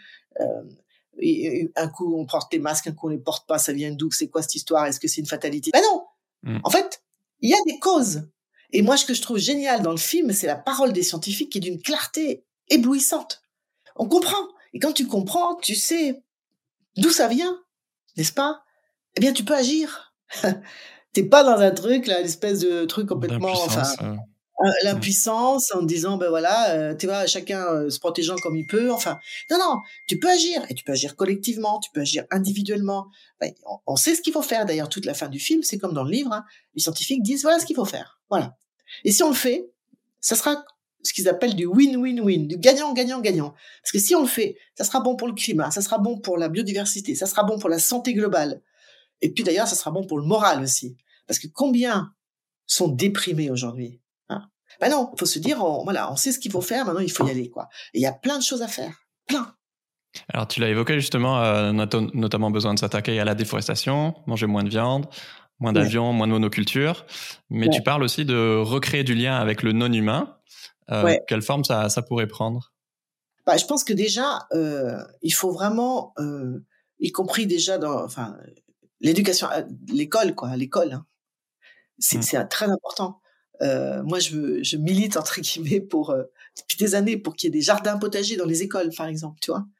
Et un coup, on porte les masques, un coup, on les porte pas. Ça vient d'où? C'est quoi cette histoire? Est-ce que c'est une fatalité? Ben non. En fait, il y a des causes. Et moi, ce que je trouve génial dans le film, c'est la parole des scientifiques qui est d'une clarté éblouissante. On comprend. Et quand tu comprends, tu sais d'où ça vient, n'est-ce pas? Eh bien, tu peux agir. T'es pas dans un truc, là, l'espèce de truc complètement, enfin, l'impuissance en disant, ben voilà, tu vois, chacun se protégeant comme il peut. Enfin, non, tu peux agir. Et tu peux agir collectivement, tu peux agir individuellement. Ben, on sait ce qu'il faut faire. D'ailleurs, toute la fin du film, c'est comme dans le livre, hein, les scientifiques disent, voilà ce qu'il faut faire. Voilà. Et si on le fait, ça sera ce qu'ils appellent du win-win-win, du gagnant-gagnant-gagnant. Parce que si on le fait, ça sera bon pour le climat, ça sera bon pour la biodiversité, ça sera bon pour la santé globale. Et puis d'ailleurs, ça sera bon pour le moral aussi. Parce que combien sont déprimés aujourd'hui, hein? Ben non, il faut se dire, on sait ce qu'il faut faire, maintenant il faut y aller, quoi. Et il y a plein de choses à faire, plein. Alors, tu l'as évoqué justement, notamment besoin de s'attaquer à la déforestation, manger moins de viande, moins d'avions, moins de monoculture. Mais tu parles aussi de recréer du lien avec le non-humain. Quelle forme ça pourrait prendre? Bah, je pense que déjà, il faut vraiment, y compris déjà dans, enfin, l'éducation, l'école, quoi, l'école, hein. C'est très important. Moi, je milite entre guillemets pour depuis des années pour qu'il y ait des jardins potagers dans les écoles, par exemple, tu vois,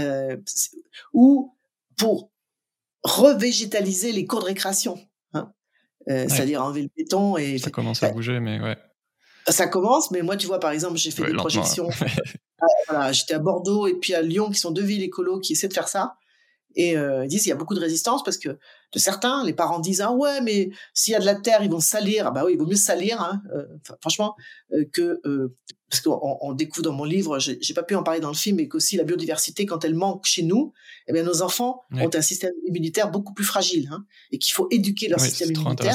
ou pour revégétaliser les cours de récréation, hein, c'est-à-dire enlever le béton et ça commence à bouger, mais ouais. Ça commence, mais moi, tu vois, par exemple, j'ai fait des projections. Voilà, j'étais à Bordeaux et puis à Lyon, qui sont 2 villes écolos qui essaient de faire ça. Et ils disent il y a beaucoup de résistance parce que de certains, les parents disent ah ouais, mais s'il y a de la terre, ils vont se salir. Ah bah oui, il vaut mieux se salir, hein, franchement, que parce qu'on découvre dans mon livre, j'ai pas pu en parler dans le film, mais qu'aussi la biodiversité, quand elle manque chez nous, eh bien nos enfants ont un système immunitaire beaucoup plus fragile, hein, et qu'il faut éduquer leur système immunitaire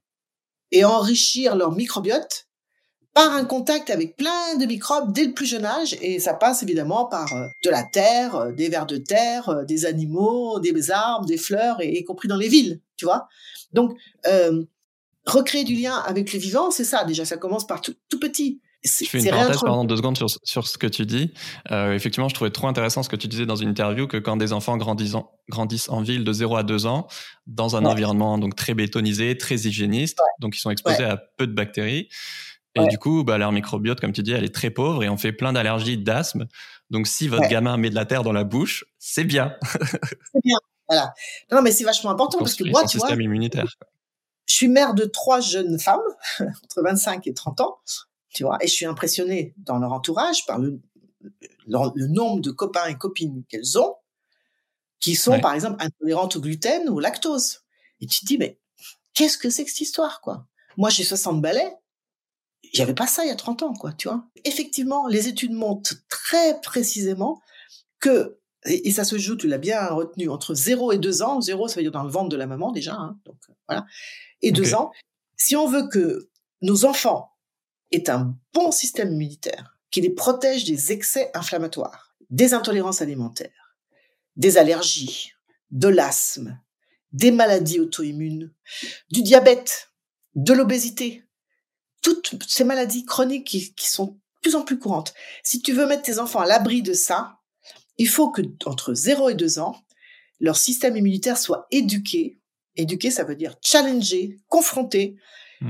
et enrichir leur microbiote par un contact avec plein de microbes dès le plus jeune âge, et ça passe évidemment par de la terre, des vers de terre, des animaux, des arbres, des fleurs, et y compris dans les villes, tu vois. Donc, recréer du lien avec le vivant, c'est ça, déjà, ça commence par tout petit. Je fais une parenthèse pendant 2 secondes sur ce que tu dis. Effectivement, je trouvais trop intéressant ce que tu disais dans une interview, que quand des enfants grandissent en ville de 0 à 2 ans, dans un environnement donc très bétonisé, très hygiéniste, donc ils sont exposés à peu de bactéries. Et du coup, bah, leur microbiote, comme tu dis, elle est très pauvre et on fait plein d'allergies, d'asthme. Donc, si votre gamin met de la terre dans la bouche, c'est bien. C'est bien, voilà. Non, mais c'est vachement important parce que moi, tu vois, système immunitaire. Je suis mère de 3 jeunes femmes, entre 25 et 30 ans, tu vois, et je suis impressionnée dans leur entourage par le nombre de copains et copines qu'elles ont, qui sont, par exemple, intolérantes au gluten ou au lactose. Et tu te dis, mais qu'est-ce que c'est que cette histoire, quoi? Moi, j'ai 60 balais. J'avais pas ça il y a 30 ans, quoi, tu vois. Effectivement, les études montrent très précisément que, et ça se joue, tu l'as bien retenu, entre 0 et 2 ans. 0, ça veut dire dans le ventre de la maman déjà, hein, donc voilà. Et 2 ans, si on veut que nos enfants aient un bon système immunitaire, qui les protège des excès inflammatoires, des intolérances alimentaires, des allergies, de l'asthme, des maladies auto-immunes, du diabète, de l'obésité, toutes ces maladies chroniques qui sont de plus en plus courantes. Si tu veux mettre tes enfants à l'abri de ça, il faut que entre 0 et 2 ans, leur système immunitaire soit éduqué. Éduqué, ça veut dire challenger, confronter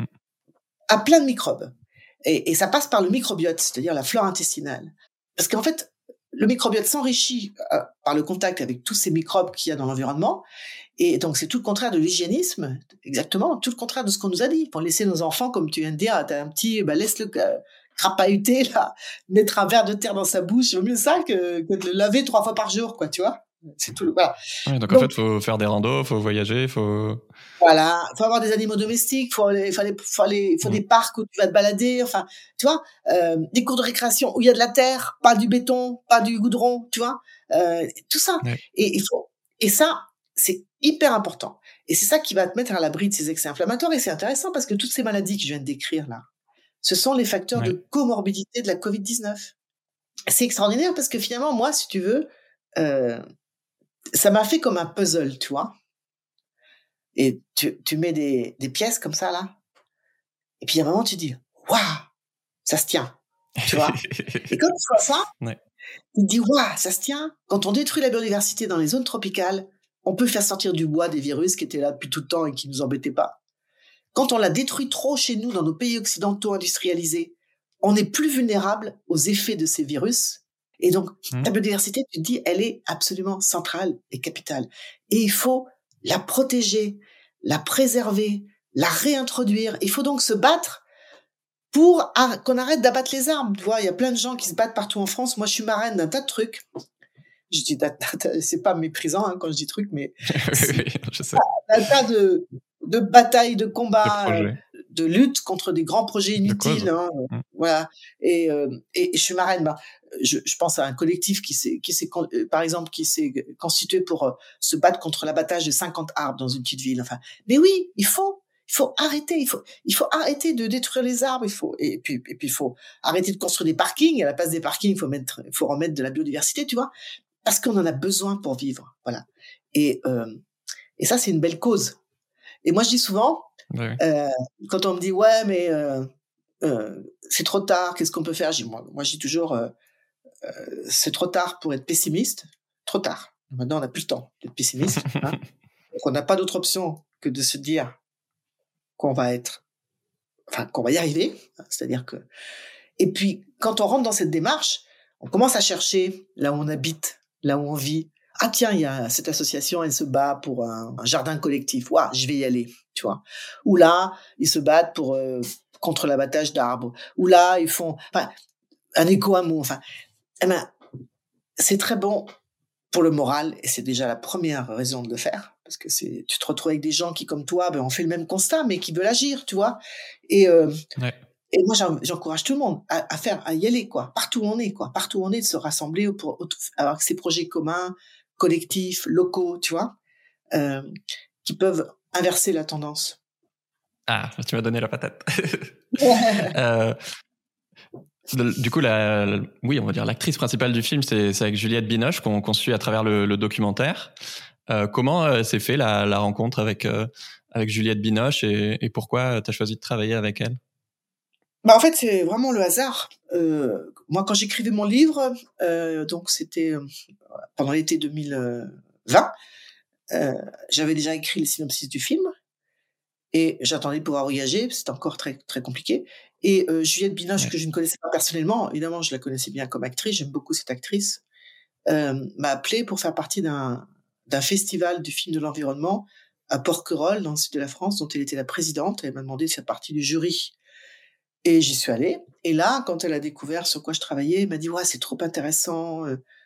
à plein de microbes. Et ça passe par le microbiote, c'est-à-dire la flore intestinale. Parce qu'en fait, le microbiote s'enrichit par le contact avec tous ces microbes qu'il y a dans l'environnement. Et donc, c'est tout le contraire de l'hygiénisme, exactement, tout le contraire de ce qu'on nous a dit. Pour laisser nos enfants, comme tu viens de dire, t'as un petit, laisse-le crapahuter, là, mettre un verre de terre dans sa bouche, c'est mieux ça que de le laver 3 fois par jour, quoi, tu vois. C'est tout. Voilà. Ouais, donc en Donc fait, faut faire des randos, faut voyager, faut. voilà, faut avoir des animaux domestiques, faut des parcs où tu vas te balader, enfin, tu vois, des cours de récréation où il y a de la terre, pas du béton, pas du goudron, tu vois, tout ça. Ouais. Et ça, c'est hyper important. Et c'est ça qui va te mettre à l'abri de ces excès inflammatoires. Et c'est intéressant parce que toutes ces maladies que je viens de décrire là, ce sont les facteurs de Ouais. comorbidité de la Covid-19. C'est extraordinaire parce que finalement, moi, si tu veux, euh, ça m'a fait comme un puzzle, tu vois. Et tu mets des pièces comme ça, là. Et puis, à un moment, tu dis, waouh, ça se tient. Tu vois? Et quand tu vois ça, Ouais. tu te dis, waouh, ça se tient. Quand on détruit la biodiversité dans les zones tropicales, on peut faire sortir du bois des virus qui étaient là depuis tout le temps et qui nous embêtaient pas. Quand on la détruit trop chez nous, dans nos pays occidentaux industrialisés, on est plus vulnérable aux effets de ces virus. Et donc, la biodiversité, tu te dis, elle est absolument centrale et capitale. Et il faut la protéger, la préserver, la réintroduire. Il faut donc se battre pour qu'on arrête d'abattre les arbres. Tu vois, il y a plein de gens qui se battent partout en France. Moi, je suis marraine d'un tas de trucs. Je dis, c'est pas méprisant hein, quand je dis trucs, mais c'est Je sais. un tas de batailles, de Le combats, projet, de lutte contre des grands projets de cause. inutiles. Hein, voilà. Et je suis marraine. Ben, je pense à un collectif par exemple, qui s'est constitué pour se battre contre l'abattage de 50 arbres dans une petite ville. Enfin, mais oui, il faut arrêter. Il faut arrêter de détruire les arbres. Et puis il faut arrêter de construire des parkings. À la place des parkings, il faut remettre de la biodiversité, tu vois, parce qu'on en a besoin pour vivre. Voilà. Et ça, c'est une belle cause. Et moi, je dis souvent, Ouais. quand on me dit ouais, mais c'est trop tard, qu'est-ce qu'on peut faire? Moi, je dis toujours, c'est trop tard pour être pessimiste. Trop tard. Maintenant, on n'a plus le temps d'être pessimiste. Hein. Donc, on n'a pas d'autre option que de se dire qu'on va qu'on va y arriver. C'est-à-dire que. Et puis, quand on rentre dans cette démarche, on commence à chercher là où on habite, là où on vit. Ah tiens, il y a cette association, elle se bat pour un jardin collectif. Ouah, je vais y aller, tu vois. Ou là, ils se battent contre l'abattage d'arbres. Ou là, ils font un éco-hameau. Enfin, eh ben, c'est très bon pour le moral et c'est déjà la première raison de le faire. Parce que tu te retrouves avec des gens qui, comme toi, on fait le même constat, mais qui veulent agir, tu vois. Et Ouais. et moi, j'encourage tout le monde à y aller, quoi. Partout où on est, quoi. Partout où on est, de se rassembler pour avoir ces projets communs, collectifs, locaux, tu vois, qui peuvent inverser la tendance. Ah, tu m'as donné la patate. Du coup, oui, on va dire l'actrice principale du film, c'est avec Juliette Binoche qu'on suit à travers le documentaire. Comment s'est fait la rencontre avec Juliette Binoche et pourquoi tu as choisi de travailler avec elle? En fait, c'est vraiment le hasard. Moi, quand j'écrivais mon livre, donc c'était pendant l'été 2020, j'avais déjà écrit le synopsis du film et j'attendais de pouvoir voyager, c'était encore très, très compliqué. Et Juliette Binoche, Ouais. que je ne connaissais pas personnellement, évidemment, je la connaissais bien comme actrice, j'aime beaucoup cette actrice, m'a appelée pour faire partie d'un festival du film de l'environnement à Porquerolles, dans le sud de la France, dont elle était la présidente. Elle m'a demandé de faire partie du jury. Et j'y suis allée. Et là, quand elle a découvert sur quoi je travaillais, elle m'a dit, ouais, c'est trop intéressant.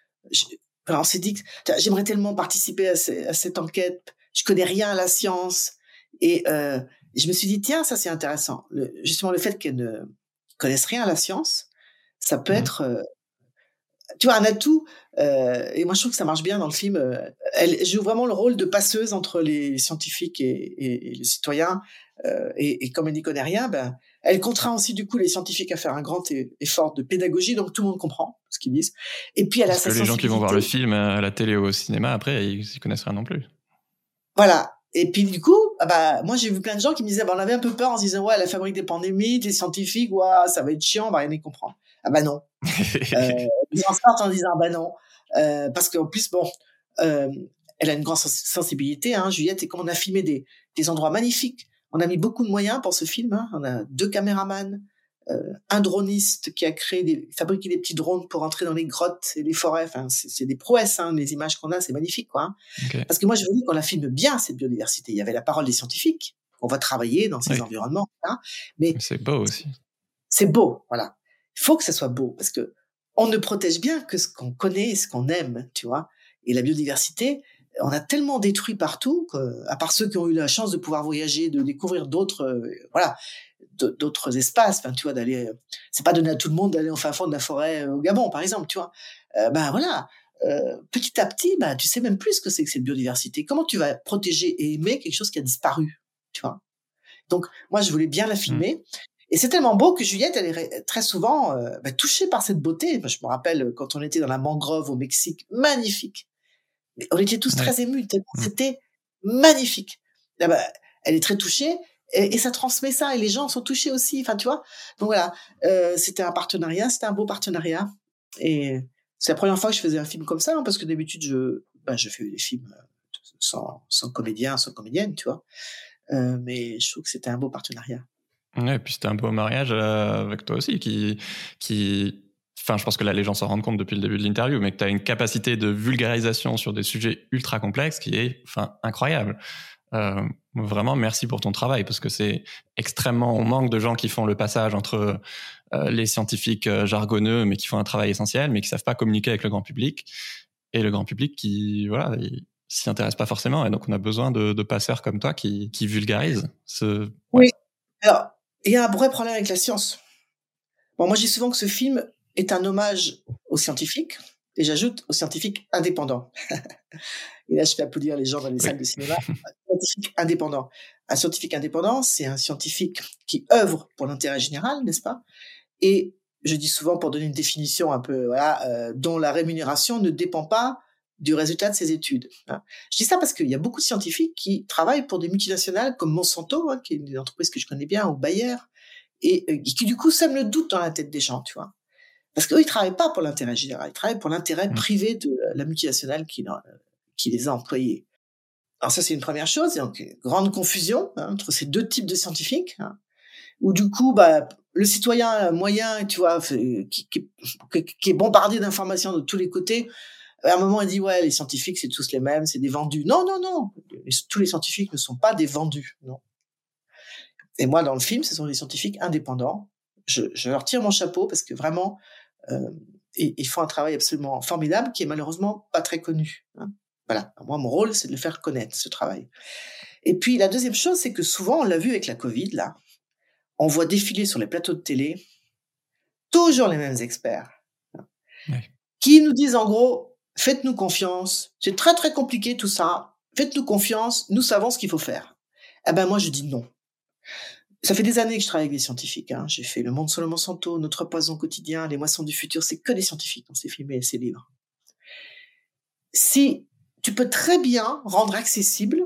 On s'est dit, j'aimerais tellement participer à cette enquête. Je connais rien à la science. Et je me suis dit, tiens, ça c'est intéressant. Justement, le fait qu'elle ne connaisse rien à la science, ça peut être, tu vois, un atout. Et moi, je trouve que ça marche bien dans le film. Elle joue vraiment le rôle de passeuse entre les scientifiques et les citoyens. Et comme elle n'y connaît rien, elle contraint aussi du coup les scientifiques à faire un grand effort de pédagogie, donc tout le monde comprend ce qu'ils disent. Et puis elle a Parce que sa les gens qui vont voir le sensibilité. film à la télé ou au cinéma, après, ils connaissent rien non plus. Voilà. Et puis du coup, moi j'ai vu plein de gens qui me disaient, on avait un peu peur en se disant, ouais, la fabrique des pandémies, les scientifiques, ouais, ça va être chiant, on va rien y comprendre. Ah non. Ils en sortent en disant, non. Parce qu'en plus, elle a une grande sensibilité, hein, Juliette, et comme on a filmé des endroits magnifiques, on a mis beaucoup de moyens pour ce film. Hein. On a 2 caméramans, un droniste qui a fabriqué des petits drones pour entrer dans les grottes et les forêts. Enfin, c'est des prouesses, hein, les images qu'on a, c'est magnifique, quoi. Hein. Okay. Parce que moi, je voulais qu'on la filme bien, cette biodiversité. Il y avait la parole des scientifiques. On va travailler dans ces environnements, hein, mais c'est beau aussi. C'est beau, voilà. Il faut que ça soit beau parce que on ne protège bien que ce qu'on connaît et ce qu'on aime, tu vois. Et la biodiversité, on a tellement détruit partout, à part ceux qui ont eu la chance de pouvoir voyager, de découvrir d'autres espaces, tu vois, c'est pas donné à tout le monde d'aller au fin fond de la forêt au Gabon, par exemple, tu vois. Voilà, petit à petit, tu sais même plus ce que c'est que cette biodiversité. Comment tu vas protéger et aimer quelque chose qui a disparu, tu vois. Donc, moi, je voulais bien la filmer. Et c'est tellement beau que Juliette, elle est très souvent touchée par cette beauté. Moi, je me rappelle quand on était dans la mangrove au Mexique, magnifique. Mais on était tous très émus, tellement c'était magnifique. Elle est très touchée et ça transmet ça. Et les gens sont touchés aussi. Enfin, tu vois. Donc voilà, c'était un partenariat, c'était un beau partenariat. Et c'est la première fois que je faisais un film comme ça, parce que d'habitude, je fais des films sans comédien, sans comédienne, tu vois. Mais je trouve que c'était un beau partenariat. Ouais, et puis c'était un beau mariage avec toi aussi, enfin, je pense que là, les gens s'en rendent compte depuis le début de l'interview, mais que tu as une capacité de vulgarisation sur des sujets ultra complexes qui est, incroyable. Vraiment, merci pour ton travail, parce que on manque de gens qui font le passage entre les scientifiques jargonneux, mais qui font un travail essentiel, mais qui savent pas communiquer avec le grand public, et le grand public qui, voilà, il s'y intéresse pas forcément. Et donc, on a besoin de passeurs comme toi qui vulgarisent Oui. Alors, il y a un vrai problème avec la science. Bon, moi, je dis souvent que ce film est un hommage aux scientifiques, et j'ajoute aux scientifiques indépendants. Et là, je fais applaudir les gens dans les salles de cinéma. Un scientifique indépendant. Un scientifique indépendant, c'est un scientifique qui œuvre pour l'intérêt général, n'est-ce pas? Et je dis souvent, pour donner une définition un peu, dont la rémunération ne dépend pas du résultat de ses études. Hein. Je dis ça parce qu'il y a beaucoup de scientifiques qui travaillent pour des multinationales comme Monsanto, qui est une entreprise que je connais bien, ou Bayer, et qui du coup sèment le doute dans la tête des gens, tu vois. Parce qu'eux, ils travaillent pas pour l'intérêt général, ils travaillent pour l'intérêt privé de la multinationale qui les a employés. Alors ça, c'est une première chose. Donc, grande confusion entre ces deux types de scientifiques, où du coup, le citoyen moyen, tu vois, qui est bombardé d'informations de tous les côtés, à un moment, il dit, ouais, les scientifiques, c'est tous les mêmes, c'est des vendus. Non, non, non. Tous les scientifiques ne sont pas des vendus, non. Et moi, dans le film, ce sont des scientifiques indépendants. Je leur tire mon chapeau parce que vraiment, ils font un travail absolument formidable qui est malheureusement pas très connu. Voilà. Moi, mon rôle, c'est de le faire connaître, ce travail. Et puis, la deuxième chose, c'est que souvent, on l'a vu avec la Covid, là, on voit défiler sur les plateaux de télé toujours les mêmes experts qui nous disent en gros, faites-nous confiance, c'est très très compliqué tout ça, faites-nous confiance, nous savons ce qu'il faut faire. Eh ben moi je dis non. Ça fait des années que je travaille avec des scientifiques. J'ai fait Le Monde selon Monsanto, Notre poison quotidien, Les moissons du futur, c'est que des scientifiques dans ces films et ces livres. Si tu peux très bien rendre accessible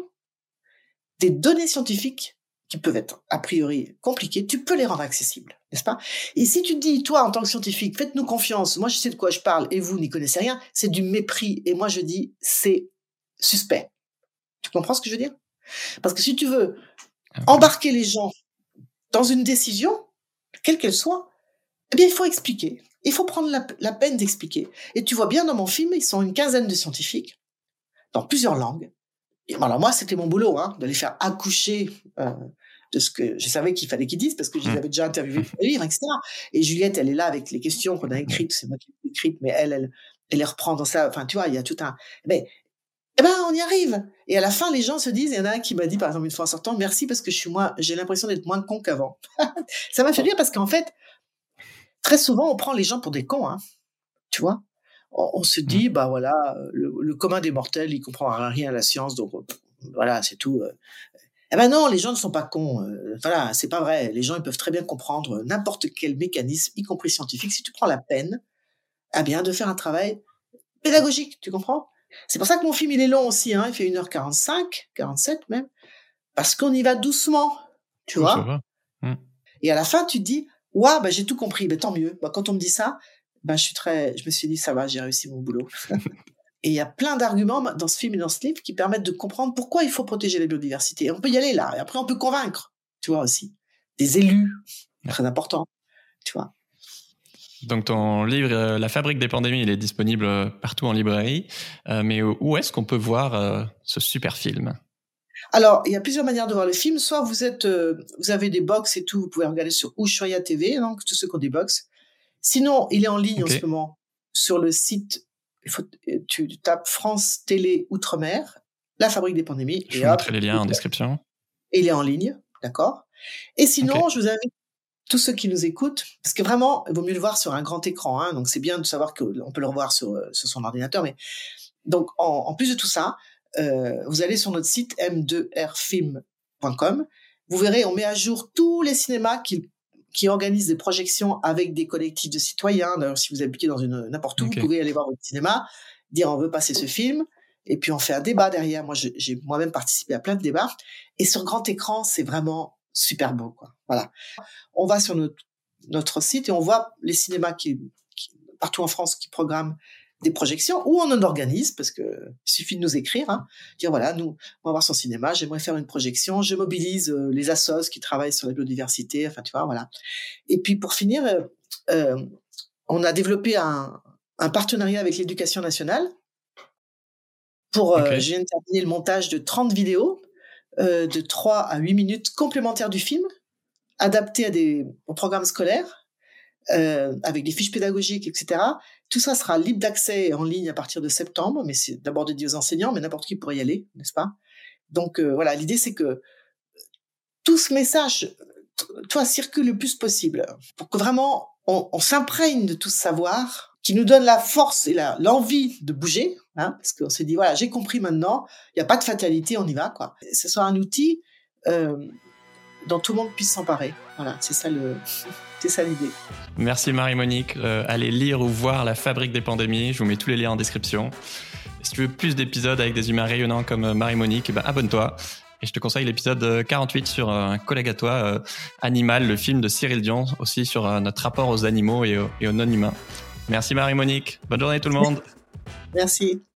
des données scientifiques qui peuvent être a priori compliquées, tu peux les rendre accessibles, n'est-ce pas? Et si tu te dis, toi, en tant que scientifique, faites-nous confiance, moi je sais de quoi je parle et vous n'y connaissez rien, c'est du mépris. Et moi je dis, c'est suspect. Tu comprends ce que je veux dire? Parce que si tu veux embarquer les gens dans une décision, quelle qu'elle soit, eh bien il faut expliquer. Il faut prendre la peine d'expliquer. Et tu vois bien dans mon film, ils sont une quinzaine de scientifiques, dans plusieurs langues. Et alors moi, c'était mon boulot, de les faire accoucher de ce que je savais qu'il fallait qu'ils disent, parce que je les avais déjà interviewés pour les livres, etc. Et Juliette, elle est là avec les questions qu'on a écrites, c'est moi qui les ai écrites, mais elle les reprend dans ça. Enfin, tu vois, il y a tout un... Mais, on y arrive. Et à la fin, les gens se disent, il y en a un qui m'a dit, par exemple, une fois en sortant, merci parce que j'ai l'impression d'être moins con qu'avant. Ça m'a fait rire parce qu'en fait, très souvent, on prend les gens pour des cons, tu vois. On se dit, voilà, le commun des mortels, il comprend rien à la science, donc voilà, c'est tout. Eh ben non, les gens ne sont pas cons. Voilà, c'est pas vrai. Les gens, ils peuvent très bien comprendre n'importe quel mécanisme, y compris scientifique, si tu prends la peine, de faire un travail pédagogique, tu comprends? C'est pour ça que mon film, il est long aussi, il fait 1h45, 47 même, parce qu'on y va doucement, tu vois. Et à la fin, tu te dis, waouh, j'ai tout compris, tant mieux. Quand on me dit ça, je me suis dit, ça va, j'ai réussi mon boulot. Et il y a plein d'arguments dans ce film et dans ce livre qui permettent de comprendre pourquoi il faut protéger la biodiversité. Et on peut y aller là. Et après, on peut convaincre, tu vois, aussi. Des élus, très important, tu vois. Donc, ton livre, La fabrique des pandémies, il est disponible partout en librairie. Mais où est-ce qu'on peut voir ce super film ? Alors, il y a plusieurs manières de voir le film. Soit vous avez des box et tout, vous pouvez regarder sur Ushuaïa TV, donc tous ceux qui ont des box. Sinon, il est en ligne en ce moment sur le site tu tapes France Télé Outre-mer, La Fabrique des Pandémies. Je vous mettrai les liens en description. Et il est en ligne, d'accord. Et sinon, je vous invite tous ceux qui nous écoutent, parce que vraiment, il vaut mieux le voir sur un grand écran, hein, donc c'est bien de savoir qu'on peut le revoir sur son ordinateur, mais donc en plus de tout ça, vous allez sur notre site m2rfilm.com, vous verrez, on met à jour tous les cinémas qui organisent des projections avec des collectifs de citoyens. D'ailleurs, si vous habitez dans n'importe où, vous pouvez aller voir votre cinéma, dire on veut passer ce film, et puis on fait un débat derrière. Moi, j'ai moi-même participé à plein de débats, et sur grand écran, c'est vraiment super beau, quoi. Voilà. On va sur notre site et on voit les cinémas qui partout en France qui programment des projections, ou on en organise, parce que il suffit de nous écrire, hein, dire voilà, nous, on va voir son cinéma, j'aimerais faire une projection, je mobilise les assos qui travaillent sur la biodiversité, enfin tu vois, voilà. Et puis pour finir, on a développé un partenariat avec l'Éducation nationale pour, je viens de terminer le montage de 30 vidéos de 3 à 8 minutes complémentaires du film, adaptées au programme scolaire, avec des fiches pédagogiques, etc. Tout ça sera libre d'accès en ligne à partir de septembre, mais c'est d'abord dédié aux enseignants, mais n'importe qui pourrait y aller, n'est-ce pas? Donc voilà, l'idée c'est que tout ce message, circule le plus possible, pour que vraiment on s'imprègne de tout ce savoir qui nous donne la force et l'envie de bouger, hein, parce qu'on s'est dit voilà, j'ai compris maintenant, il n'y a pas de fatalité, on y va, quoi. Que ce soit un outil dont tout le monde puisse s'emparer. Voilà, c'est ça l'idée. Merci Marie-Monique. Allez lire ou voir La Fabrique des Pandémies. Je vous mets tous les liens en description. Et si tu veux plus d'épisodes avec des humains rayonnants comme Marie-Monique, abonne-toi. Et je te conseille l'épisode 48 sur un collègue à toi, Animal, le film de Cyril Dion, aussi sur notre rapport aux animaux et aux non-humains. Merci Marie-Monique. Bonne journée tout le monde. Merci.